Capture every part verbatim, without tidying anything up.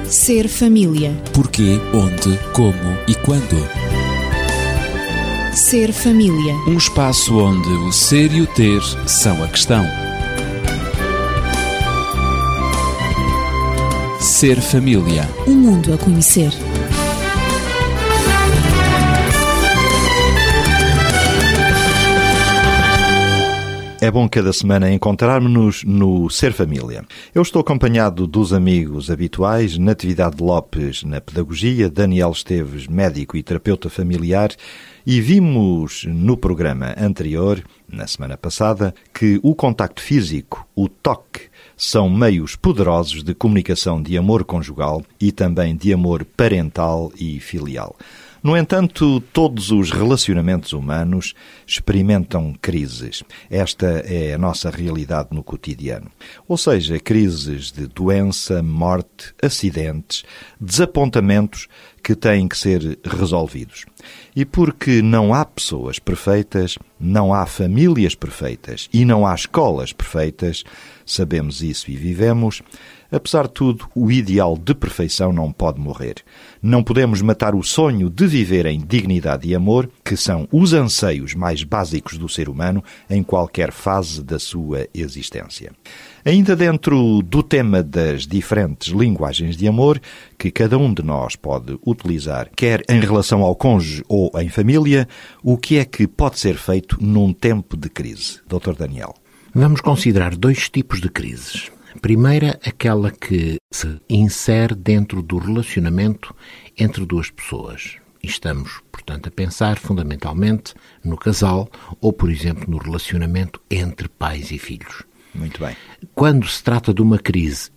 Ser família. Porquê, onde, como e quando. Ser família. Um espaço onde o ser e o ter são a questão. Ser família. Um mundo a conhecer. É bom cada semana encontrarmos-nos no Ser Família. Eu estou acompanhado dos amigos habituais, Natividade Lopes na Pedagogia, Daniel Esteves, médico e terapeuta familiar, e vimos no programa anterior, na semana passada, que o contacto físico, o toque, são meios poderosos de comunicação de amor conjugal e também de amor parental e filial. No entanto, todos os relacionamentos humanos experimentam crises. Esta é a nossa realidade no cotidiano. Ou seja, crises de doença, morte, acidentes, desapontamentos que têm que ser resolvidos. E porque não há pessoas perfeitas, não há famílias perfeitas e não há escolas perfeitas, sabemos isso e vivemos, apesar de tudo, o ideal de perfeição não pode morrer. Não podemos matar o sonho de viver em dignidade e amor, que são os anseios mais básicos do ser humano em qualquer fase da sua existência. Ainda dentro do tema das diferentes linguagens de amor que cada um de nós pode utilizar, quer em relação ao cônjuge ou em família, o que é que pode ser feito num tempo de crise? doutor Daniel. Vamos considerar dois tipos de crises. A primeira, aquela que se insere dentro do relacionamento entre duas pessoas. E estamos, portanto, a pensar fundamentalmente no casal ou, por exemplo, no relacionamento entre pais e filhos. Muito bem. Quando se trata de uma crise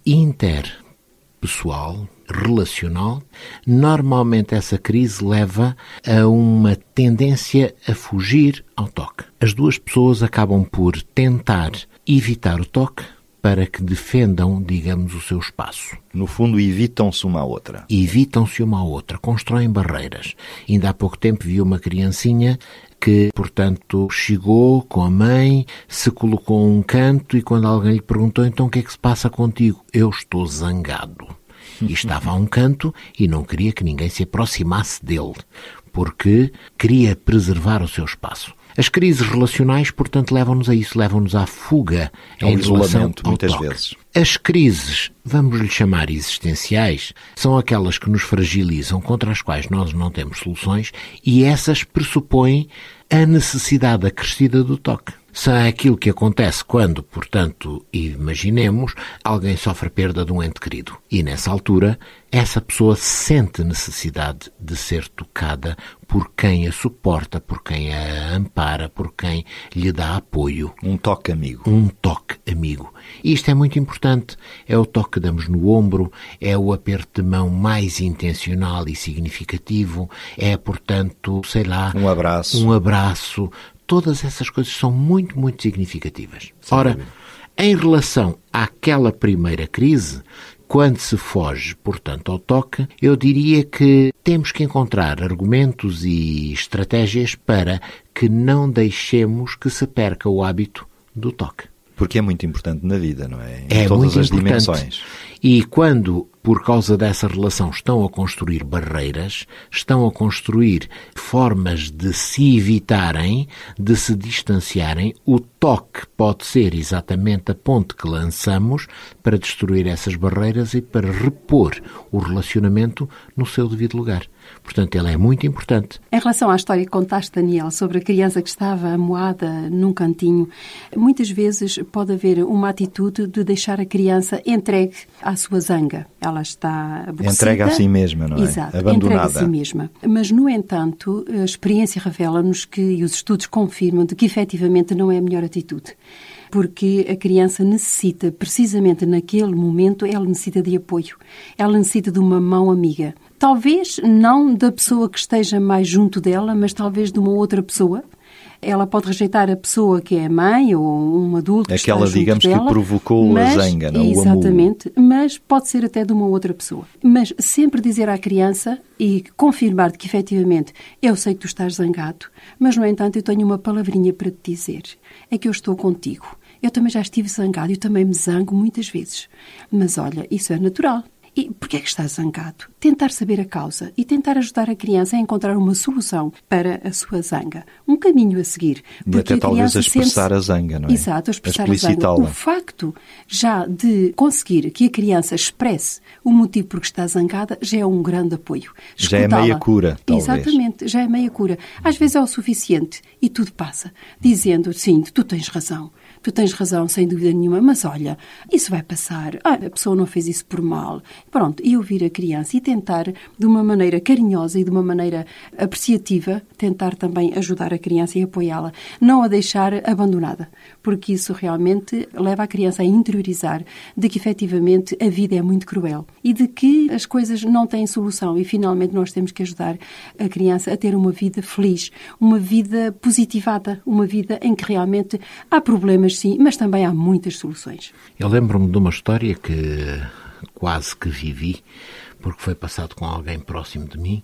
interpessoal, relacional, normalmente essa crise leva a uma tendência a fugir ao toque. As duas pessoas acabam por tentar evitar o toque para que defendam, digamos, o seu espaço. No fundo, evitam-se uma à outra. Evitam-se uma à outra, constroem barreiras. Ainda há pouco tempo vi uma criancinha que, portanto, chegou com a mãe, se colocou a um canto e quando alguém lhe perguntou, então o que é que se passa contigo? Eu estou zangado. E estava a um canto e não queria que ninguém se aproximasse dele, porque queria preservar o seu espaço. As crises relacionais, portanto, levam-nos a isso, levam-nos à fuga, ao isolamento, muitas toque. vezes. As crises, vamos lhe chamar existenciais, são aquelas que nos fragilizam, contra as quais nós não temos soluções, e essas pressupõem a necessidade acrescida do toque. São aquilo que acontece quando, portanto, imaginemos, alguém sofre a perda de um ente querido. E nessa altura, essa pessoa sente necessidade de ser tocada por quem a suporta, por quem a ampara, por quem lhe dá apoio. Um toque amigo. Um toque amigo. E isto é muito importante. É o toque que damos no ombro, é o aperto de mão mais intencional e significativo, é, portanto, sei lá... Um abraço. Um abraço. Todas essas coisas são muito, muito significativas. Ora, em relação àquela primeira crise, quando se foge, portanto, ao toque, eu diria que temos que encontrar argumentos e estratégias para que não deixemos que se perca o hábito do toque. Porque é muito importante na vida, não é? Em é todas muito as importante. dimensões. E quando, por causa dessa relação, estão a construir barreiras, estão a construir formas de se evitarem, de se distanciarem, o toque pode ser exatamente a ponte que lançamos para destruir essas barreiras e para repor o relacionamento no seu devido lugar. Portanto, ele é muito importante. Em relação à história que contaste, Daniel, sobre a criança que estava amuada num cantinho, muitas vezes pode haver uma atitude de deixar a criança entregue à sua zanga. Ela está aborrecida. Entregue a si mesma, não é? Exato, abandonada. Entregue a si mesma. Mas, no entanto, a experiência revela-nos que, e os estudos confirmam, de que efetivamente não é a melhor atitude. Porque a criança necessita, precisamente naquele momento, ela necessita de apoio. Ela necessita de uma mão amiga. Talvez não da pessoa que esteja mais junto dela, mas talvez de uma outra pessoa. Ela pode rejeitar a pessoa que é a mãe ou um adulto que Aquela, está junto digamos, dela, que provocou mas, a zanga, não? Exatamente, mas pode ser até de uma outra pessoa. Mas sempre dizer à criança e confirmar que, efetivamente, eu sei que tu estás zangado, mas, no entanto, eu tenho uma palavrinha para te dizer. É que eu estou contigo. Eu também já estive zangado, eu também me zango muitas vezes. Mas, olha, isso é natural. E porquê é que está zangado? Tentar saber a causa e tentar ajudar a criança a encontrar uma solução para a sua zanga. Um caminho a seguir. E até a talvez a expressar a zanga, não é? Exato, a expressar a, a zanga. O facto já de conseguir que a criança expresse o motivo por que está zangada já é um grande apoio. Já é meia cura, talvez. Exatamente, já é meia cura. Às vezes é o suficiente e tudo passa. Dizendo, sim, tu tens razão. Tu tens razão, sem dúvida nenhuma, mas olha, isso vai passar. Ah, a pessoa não fez isso por mal. Pronto, e ouvir a criança e tentar, de uma maneira carinhosa e de uma maneira apreciativa, tentar também ajudar a criança e apoiá-la. Não a deixar abandonada, porque isso realmente leva a criança a interiorizar de que, efetivamente, a vida é muito cruel e de que as coisas não têm solução e, finalmente, nós temos que ajudar a criança a ter uma vida feliz, uma vida positivada, uma vida em que realmente há problemas, sim, mas também há muitas soluções. Eu lembro-me de uma história que quase que vivi, porque foi passado com alguém próximo de mim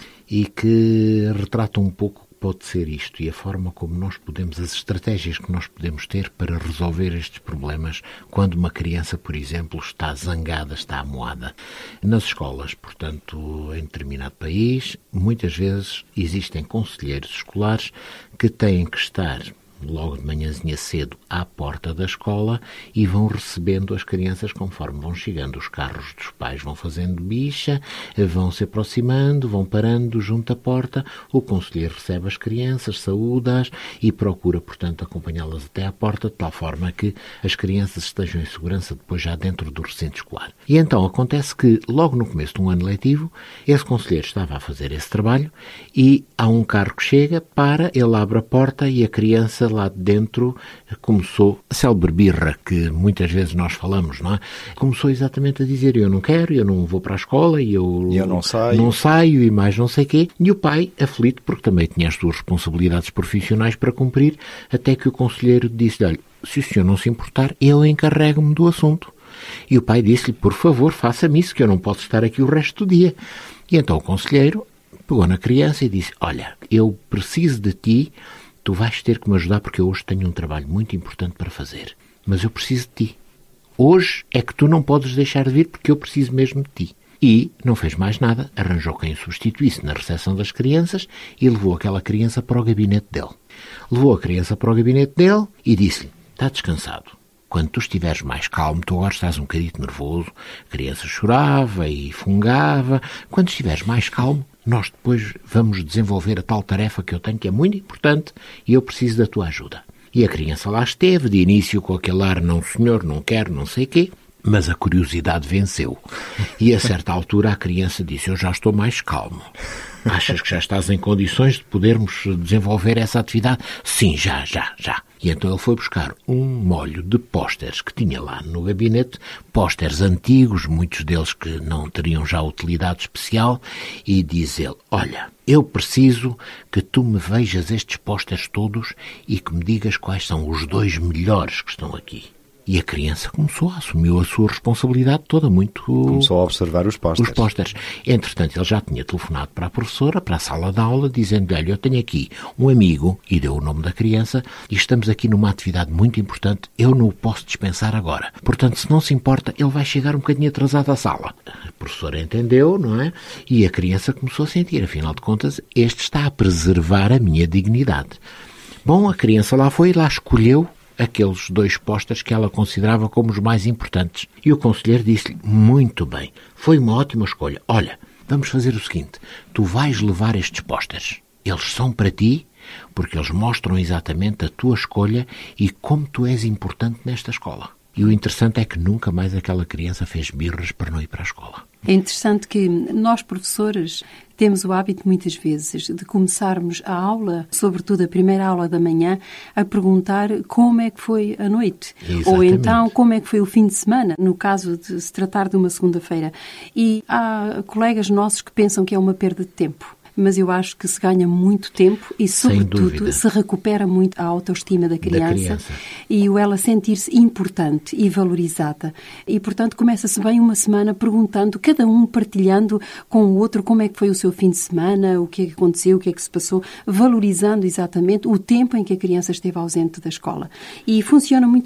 e que retrata um pouco o que pode ser isto e a forma como nós podemos, as estratégias que nós podemos ter para resolver estes problemas quando uma criança, por exemplo, está zangada, está amoada. Nas escolas, portanto, em determinado país, muitas vezes existem conselheiros escolares que têm que estar logo de manhãzinha cedo à porta da escola e vão recebendo as crianças conforme vão chegando. Os carros dos pais vão fazendo bicha, vão se aproximando, vão parando junto à porta, o conselheiro recebe as crianças, saúda-as e procura, portanto, acompanhá-las até à porta, de tal forma que as crianças estejam em segurança depois já dentro do recinto escolar. E então acontece que, logo no começo de um ano letivo, esse conselheiro estava a fazer esse trabalho e há um carro que chega, para, ele abre a porta e a criança lá de dentro começou a célebre birra que muitas vezes nós falamos, não é? Começou exatamente a dizer, eu não quero, eu não vou para a escola, e eu, eu não saio. não saio e mais não sei o quê. E o pai, aflito, porque também tinha as suas responsabilidades profissionais para cumprir, até que o conselheiro disse-lhe, olha, se o senhor não se importar, eu encarrego-me do assunto. E o pai disse-lhe, por favor, faça-me isso, que eu não posso estar aqui o resto do dia. E então o conselheiro pegou na criança e disse, olha, eu preciso de ti, tu vais ter que me ajudar porque eu hoje tenho um trabalho muito importante para fazer. Mas eu preciso de ti. Hoje é que tu não podes deixar de vir porque eu preciso mesmo de ti. E não fez mais nada, arranjou quem o substituísse na recepção das crianças e levou aquela criança para o gabinete dele. Levou a criança para o gabinete dele e disse-lhe, está descansado. Quando tu estiveres mais calmo, tu agora estás um bocadinho nervoso, a criança chorava e fungava. Quando estiveres mais calmo, nós depois vamos desenvolver a tal tarefa que eu tenho, que é muito importante, e eu preciso da tua ajuda. E a criança lá esteve, de início com aquele ar, não senhor, não quero, não sei o quê, mas a curiosidade venceu. E a certa altura a criança disse, eu já estou mais calmo. Achas que já estás em condições de podermos desenvolver essa atividade? Sim, já, já, já. E então ele foi buscar um molho de pósteres que tinha lá no gabinete, pósteres antigos, muitos deles que não teriam já utilidade especial, e diz ele, olha, eu preciso que tu me vejas estes pósteres todos e que me digas quais são os dois melhores que estão aqui. E a criança começou, assumiu a sua responsabilidade toda muito... Começou a observar os pósteres. Os pósteres. Entretanto, ele já tinha telefonado para a professora, para a sala de aula, dizendo-lhe, olha, eu tenho aqui um amigo, e deu o nome da criança, e estamos aqui numa atividade muito importante, eu não o posso dispensar agora. Portanto, se não se importa, ele vai chegar um bocadinho atrasado à sala. A professora entendeu, não é? E a criança começou a sentir, afinal de contas, este está a preservar a minha dignidade. Bom, a criança lá foi e lá escolheu aqueles dois pósteres que ela considerava como os mais importantes. E o conselheiro disse-lhe, muito bem, foi uma ótima escolha. Olha, vamos fazer o seguinte, tu vais levar estes pósteres. Eles são para ti, porque eles mostram exatamente a tua escolha e como tu és importante nesta escola. E o interessante é que nunca mais aquela criança fez birras para não ir para a escola. É interessante que nós, professores, temos o hábito, muitas vezes, de começarmos a aula, sobretudo a primeira aula da manhã, a perguntar como é que foi a noite. Exatamente. Ou então, como é que foi o fim de semana, no caso de se tratar de uma segunda-feira. E há colegas nossos que pensam que é uma perda de tempo. Mas eu acho que se ganha muito tempo e, sobretudo, se recupera muito a autoestima da criança, da criança. E o ela sentir-se importante e valorizada. E, portanto, começa-se bem uma semana perguntando, cada um partilhando com o outro como é que foi o seu fim de semana, o que é que aconteceu, o que é que se passou, valorizando exatamente o tempo em que a criança esteve ausente da escola. E funciona muito bem.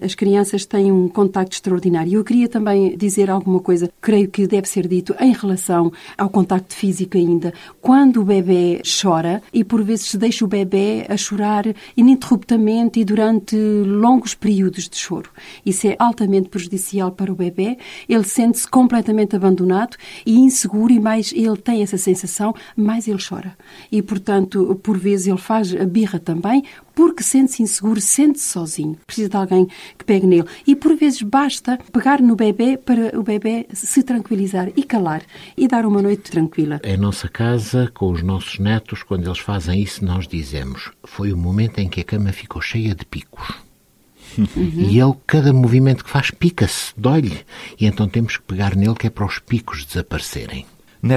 as crianças têm um contacto extraordinário. Eu queria também dizer alguma coisa, creio que deve ser dito, em relação ao contacto físico ainda. Quando o bebê chora, e por vezes se deixa o bebê a chorar ininterruptamente e durante longos períodos de choro. Isso é altamente prejudicial para o bebê. Ele sente-se completamente abandonado e inseguro, e mais ele tem essa sensação, mais ele chora. E, portanto, por vezes ele faz a birra também, porque sente-se inseguro, sente-se sozinho. Precisa de alguém que pegue nele. E, por vezes, basta pegar no bebê para o bebê se tranquilizar e calar e dar uma noite tranquila. Em nossa casa, com os nossos netos, quando eles fazem isso, nós dizemos: foi o momento em que a cama ficou cheia de picos. Uhum. E ele, cada movimento que faz, pica-se, dói-lhe. E então temos que pegar nele, que é para os picos desaparecerem.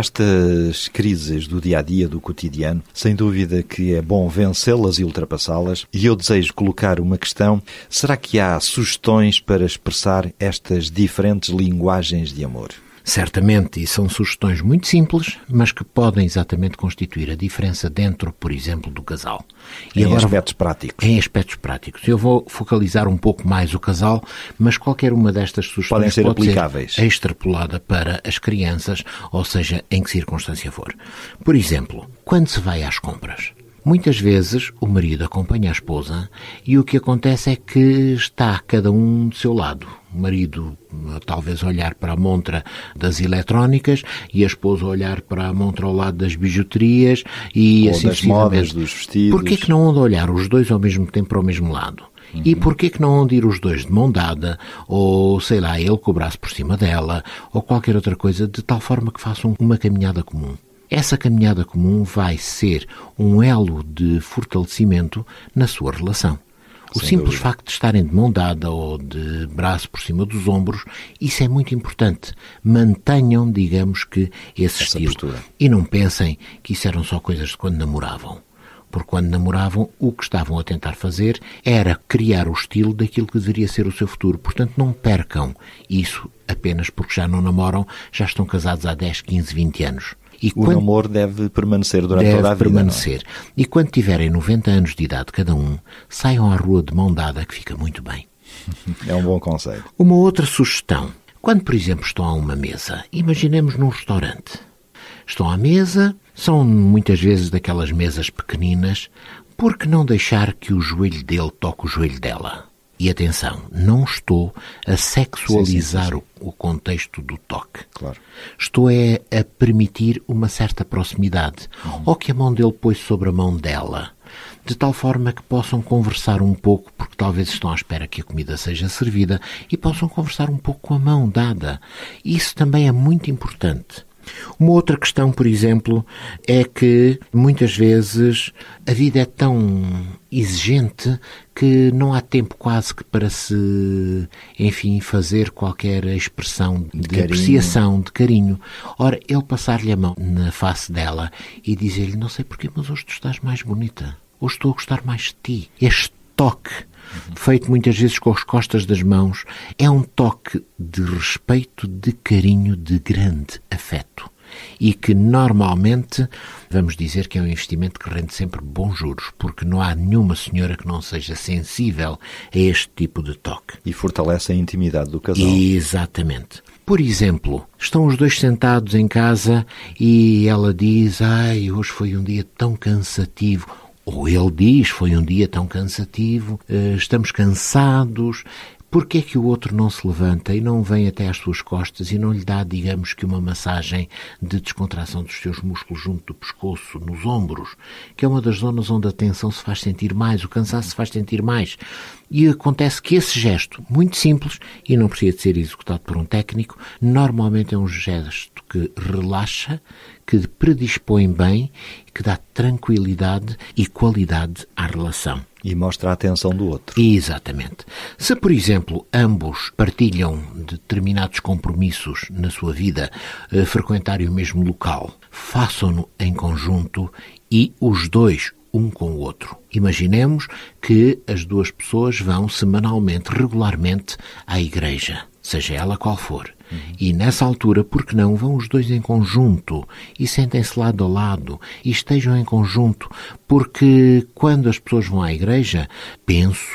Nestas crises do dia-a-dia, do cotidiano, sem dúvida que é bom vencê-las e ultrapassá-las. E eu desejo colocar uma questão: será que há sugestões para expressar estas diferentes linguagens de amor? Certamente, e são sugestões muito simples, mas que podem exatamente constituir a diferença dentro, por exemplo, do casal. E em agora, aspectos práticos. Em aspectos práticos. Eu vou focalizar um pouco mais o casal, mas qualquer uma destas sugestões podem ser pode aplicáveis. ser extrapolada para as crianças, ou seja, em que circunstância for. Por exemplo, quando se vai às compras, muitas vezes o marido acompanha a esposa e o que acontece é que está cada um do seu lado. O marido talvez olhar para a montra das eletrónicas e a esposa olhar para a montra ao lado das bijuterias e ou assim das modas, dos vestidos. Porquê que não andam a olhar os dois ao mesmo tempo para o mesmo lado? Uhum. E porquê que não andam a ir os dois de mão dada, ou sei lá, ele com o braço por cima dela, ou qualquer outra coisa, de tal forma que façam uma caminhada comum? Essa caminhada comum vai ser um elo de fortalecimento na sua relação. O Sem simples dúvida. facto de estarem de mão dada ou de braço por cima dos ombros, isso é muito importante. Mantenham, digamos que, esse Essa estilo. postura. E não pensem que isso eram só coisas de quando namoravam. Porque quando namoravam, o que estavam a tentar fazer era criar o estilo daquilo que deveria ser o seu futuro. Portanto, não percam isso apenas porque já não namoram, já estão casados há dez, quinze, vinte anos. E o quando... namoro deve permanecer durante deve toda a vida. permanecer. Não é? E quando tiverem noventa anos de idade cada um, saiam à rua de mão dada, que fica muito bem. É um bom conselho. Uma outra sugestão. Quando, por exemplo, estão a uma mesa, imaginemos num restaurante. Estão à mesa, são muitas vezes daquelas mesas pequeninas, por que não deixar que o joelho dele toque o joelho dela? E atenção, não estou a sexualizar sim, sim, sim. O, o contexto do toque. Claro. Estou é, a permitir uma certa proximidade. Uhum. Ou que a mão dele pôs sobre a mão dela. De tal forma que possam conversar um pouco, porque talvez estão à espera que a comida seja servida, e possam conversar um pouco com a mão dada. Isso também é muito importante. Uma outra questão, por exemplo, é que muitas vezes a vida é tão exigente que não há tempo quase que para se, enfim, fazer qualquer expressão de, de apreciação, de carinho. Ora, ele passar-lhe a mão na face dela e dizer-lhe: não sei porquê, mas hoje tu estás mais bonita. Hoje estou a gostar mais de ti. Este toque, feito muitas vezes com as costas das mãos, é um toque de respeito, de carinho, de grande afeto. E que normalmente, vamos dizer que é um investimento que rende sempre bons juros, porque não há nenhuma senhora que não seja sensível a este tipo de toque. E fortalece a intimidade do casal. Exatamente. Por exemplo, estão os dois sentados em casa e ela diz: ai, hoje foi um dia tão cansativo. Ou ele diz: foi um dia tão cansativo, estamos cansados. Porquê é que o outro não se levanta e não vem até às suas costas e não lhe dá, digamos que, uma massagem de descontração dos seus músculos junto do pescoço, nos ombros, que é uma das zonas onde a tensão se faz sentir mais, o cansaço se faz sentir mais. E acontece que esse gesto, muito simples, e não precisa de ser executado por um técnico, normalmente é um gesto que relaxa, que predispõe bem, que dá tranquilidade e qualidade à relação. E mostra a atenção do outro. Exatamente. Se, por exemplo, ambos partilham determinados compromissos na sua vida, eh, frequentarem o mesmo local, façam-no em conjunto e os dois, um com o outro. Imaginemos que as duas pessoas vão semanalmente, regularmente, à igreja, seja ela qual for. Uhum. E nessa altura, por que não, vão os dois em conjunto e sentem-se lado a lado e estejam em conjunto, porque quando as pessoas vão à igreja, penso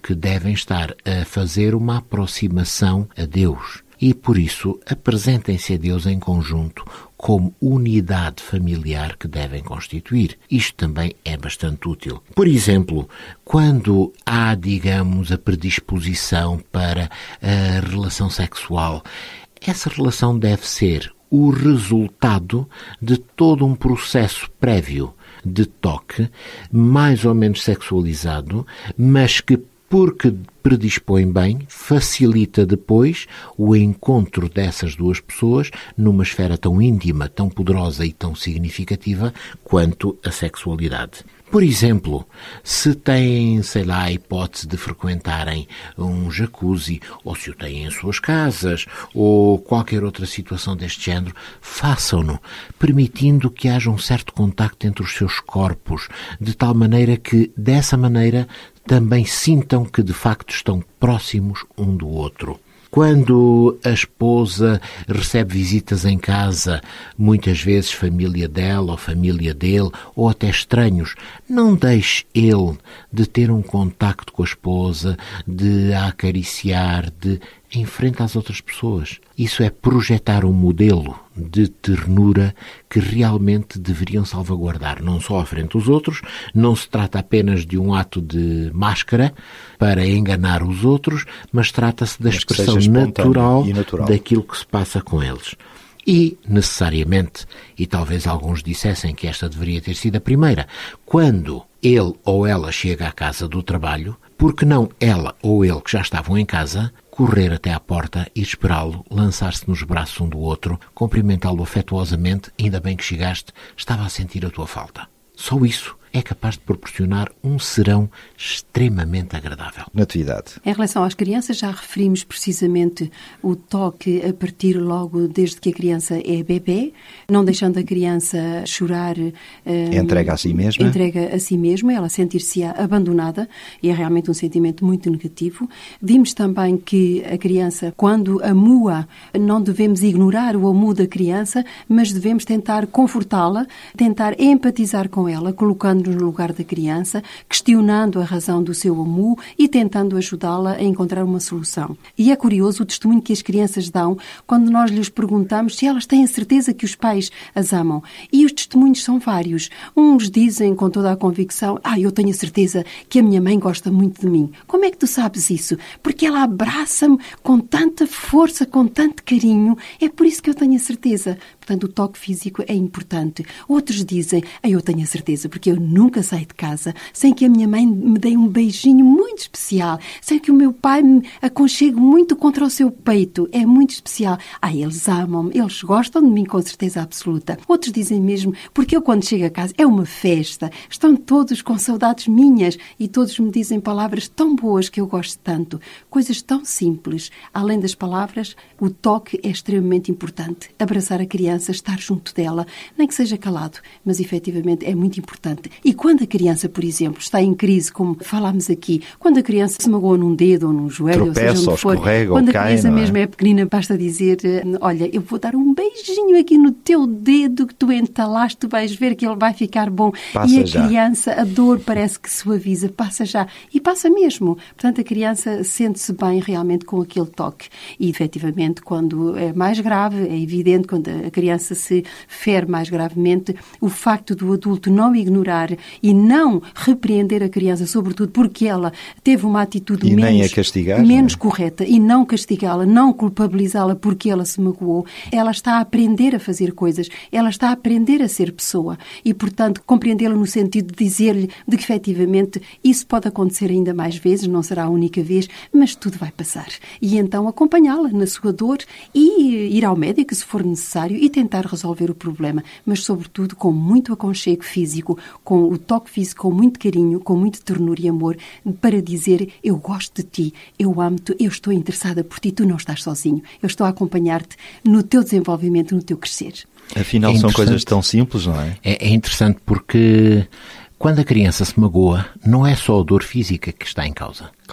que devem estar a fazer uma aproximação a Deus. E, por isso, apresentem-se a Deus em conjunto como unidade familiar que devem constituir. Isto também é bastante útil. Por exemplo, quando há, digamos, a predisposição para a relação sexual, essa relação deve ser o resultado de todo um processo prévio de toque, mais ou menos sexualizado, mas que, porque predispõe bem, facilita depois o encontro dessas duas pessoas numa esfera tão íntima, tão poderosa e tão significativa quanto a sexualidade. Por exemplo, se têm, sei lá, a hipótese de frequentarem um jacuzzi, ou se o têm em suas casas, ou qualquer outra situação deste género, façam-no, permitindo que haja um certo contacto entre os seus corpos, de tal maneira que, dessa maneira, também sintam que de facto estão próximos um do outro. Quando a esposa recebe visitas em casa, muitas vezes família dela ou família dele, ou até estranhos, não deixe ele de ter um contacto com a esposa, de a acariciar, de em frente às outras pessoas. Isso é projetar um modelo de ternura que realmente deveriam salvaguardar, não só à frente dos outros. Não se trata apenas de um ato de máscara para enganar os outros, mas trata-se da expressão natural, natural daquilo que se passa com eles. E, necessariamente, e talvez alguns dissessem que esta deveria ter sido a primeira, quando ele ou ela chega à casa do trabalho, porque não ela ou ele que já estavam em casa, correr até à porta e esperá-lo, lançar-se nos braços um do outro, cumprimentá-lo afetuosamente, ainda bem que chegaste, estava a sentir a tua falta. Só isso é capaz de proporcionar um serão extremamente agradável. Natividade. Em relação às crianças, já referimos precisamente o toque a partir logo desde que a criança é bebê, não deixando a criança chorar. Um, entrega a si mesma. Entrega a si mesma, ela sentir-se abandonada, e é realmente um sentimento muito negativo. Vimos também que a criança, quando amua, não devemos ignorar o amu da criança, mas devemos tentar confortá-la, tentar empatizar com ela, colocando no lugar da criança, questionando a razão do seu amu e tentando ajudá-la a encontrar uma solução. E é curioso o testemunho que as crianças dão quando nós lhes perguntamos se elas têm a certeza que os pais as amam. E os testemunhos são vários. Uns dizem com toda a convicção: ah, eu tenho a certeza que a minha mãe gosta muito de mim. Como é que tu sabes isso? Porque ela abraça-me com tanta força, com tanto carinho. É por isso que eu tenho a certeza. Portanto, o toque físico é importante. Outros dizem: ah, eu tenho a certeza porque eu nunca saio de casa sem que a minha mãe me dê um beijinho muito especial, sem que o meu pai me aconchegue muito contra o seu peito. É muito especial. Ah, eles amam-me, eles gostam de mim com certeza absoluta. Outros dizem mesmo: porque eu quando chego a casa é uma festa, estão todos com saudades minhas e todos me dizem palavras tão boas que eu gosto tanto. Coisas tão simples. Além das palavras, o toque é extremamente importante. Abraçar a criança, estar junto dela, nem que seja calado, mas efetivamente é muito importante. E quando a criança, por exemplo, está em crise, como falámos aqui, quando a criança se magoa num dedo ou num joelho, tropeça, ou seja onde for, escorrega, quando ou a cai, criança não é? mesmo é pequenina, basta dizer: olha, eu vou dar um beijinho aqui no teu dedo que tu entalaste, tu vais ver que ele vai ficar bom. Passa e a já. criança, a dor parece que suaviza, passa já. E passa mesmo. Portanto, a criança sente-se bem realmente com aquele toque. E, efetivamente, quando é mais grave, é evidente, quando a criança se fere mais gravemente, o facto do adulto não ignorar e não repreender a criança, sobretudo porque ela teve uma atitude e menos, nem a castigar, menos não é? correta, e não castigá-la, não culpabilizá-la porque ela se magoou, ela está a aprender a fazer coisas, ela está a aprender a ser pessoa e, portanto, compreendê-la no sentido de dizer-lhe de que, efetivamente, isso pode acontecer ainda mais vezes, não será a única vez, mas tudo vai passar. E então acompanhá-la na sua dor e ir ao médico, se for necessário, e tentar resolver o problema, mas, sobretudo, com muito aconchego físico, com o toque físico, com muito carinho, com muito ternura e amor, para dizer: eu gosto de ti, eu amo-te, eu estou interessada por ti, tu não estás sozinho, eu estou a acompanhar-te no teu desenvolvimento, no teu crescer. Afinal, é são coisas tão simples, não é? é? É interessante porque quando a criança se magoa, não é só a dor física que está em causa. Claro.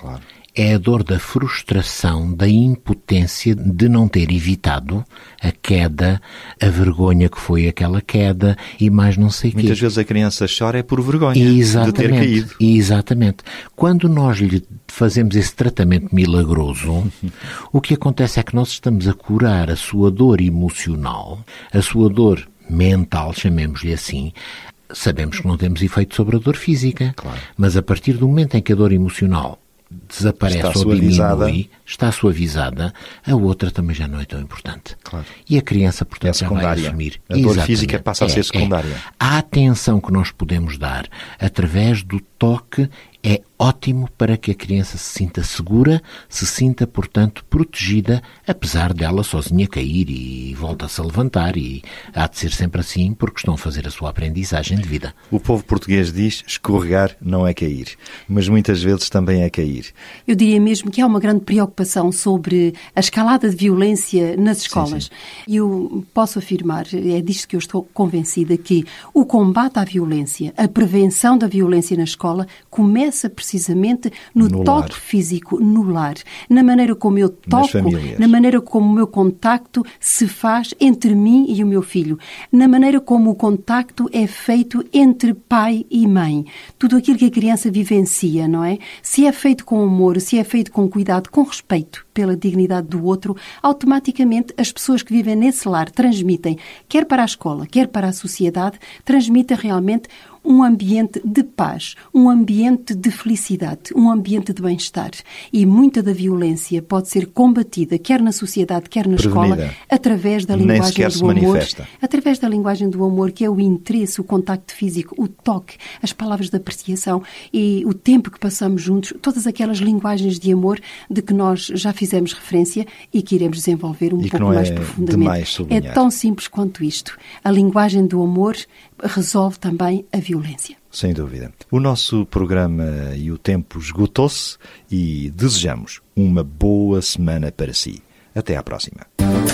É a dor da frustração, da impotência de não ter evitado a queda, a vergonha que foi aquela queda e mais não sei o quê. Muitas vezes a criança chora é por vergonha Exatamente, de ter caído. Exatamente. Quando nós lhe fazemos esse tratamento milagroso, o que acontece é que nós estamos a curar a sua dor emocional, a sua dor mental, chamemos-lhe assim. Sabemos que não temos efeito sobre a dor física, claro. Mas a partir do momento em que a dor emocional desaparece está ou suavizada. diminui, está suavizada, a outra também já não é tão importante. Claro. E a criança, portanto, É já vai secundária. assumir. A dor Exatamente. física passa a ser É, secundária. É. A atenção que nós podemos dar através do toque é ótimo para que a criança se sinta segura, se sinta, portanto, protegida, apesar dela sozinha cair e volta-se a levantar, e há de ser sempre assim, porque estão a fazer a sua aprendizagem de vida. O povo português diz escorregar não é cair, mas muitas vezes também é cair. Eu diria mesmo que há uma grande preocupação sobre a escalada de violência nas escolas. E eu posso afirmar, é disto que eu estou convencida, que o combate à violência, a prevenção da violência na escola, começa precisamente no, No toque lar. físico, no lar, na maneira como eu Nas toco, famílias. na maneira como o meu contacto se faz entre mim e o meu filho, na maneira como o contacto é feito entre pai e mãe. Tudo aquilo que a criança vivencia, não é? Se é feito com amor, se é feito com cuidado, com respeito pela dignidade do outro, automaticamente as pessoas que vivem nesse lar transmitem, quer para a escola, quer para a sociedade, transmitem realmente um ambiente de paz, um ambiente de felicidade, um ambiente de bem-estar. E muita da violência pode ser combatida, quer na sociedade, quer na Prevenida. escola, através da Nem linguagem sequer se do amor. manifesta. Através da linguagem do amor, que é o interesse, o contacto físico, o toque, as palavras de apreciação e o tempo que passamos juntos, todas aquelas linguagens de amor de que nós já fizemos referência e que iremos desenvolver um E que pouco não é mais profundamente. demais É sublinhar. tão simples quanto isto. A linguagem do amor resolve também a violência. Sem dúvida. O nosso programa e o tempo esgotou-se e desejamos uma boa semana para si. Até à próxima.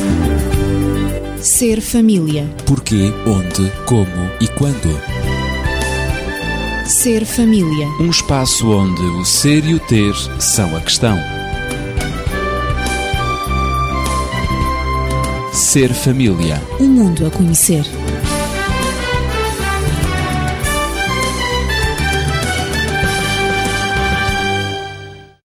Ser família. Porquê, onde, como e quando. Ser família. Um espaço onde o ser e o ter são a questão. Ser família. Um mundo a conhecer.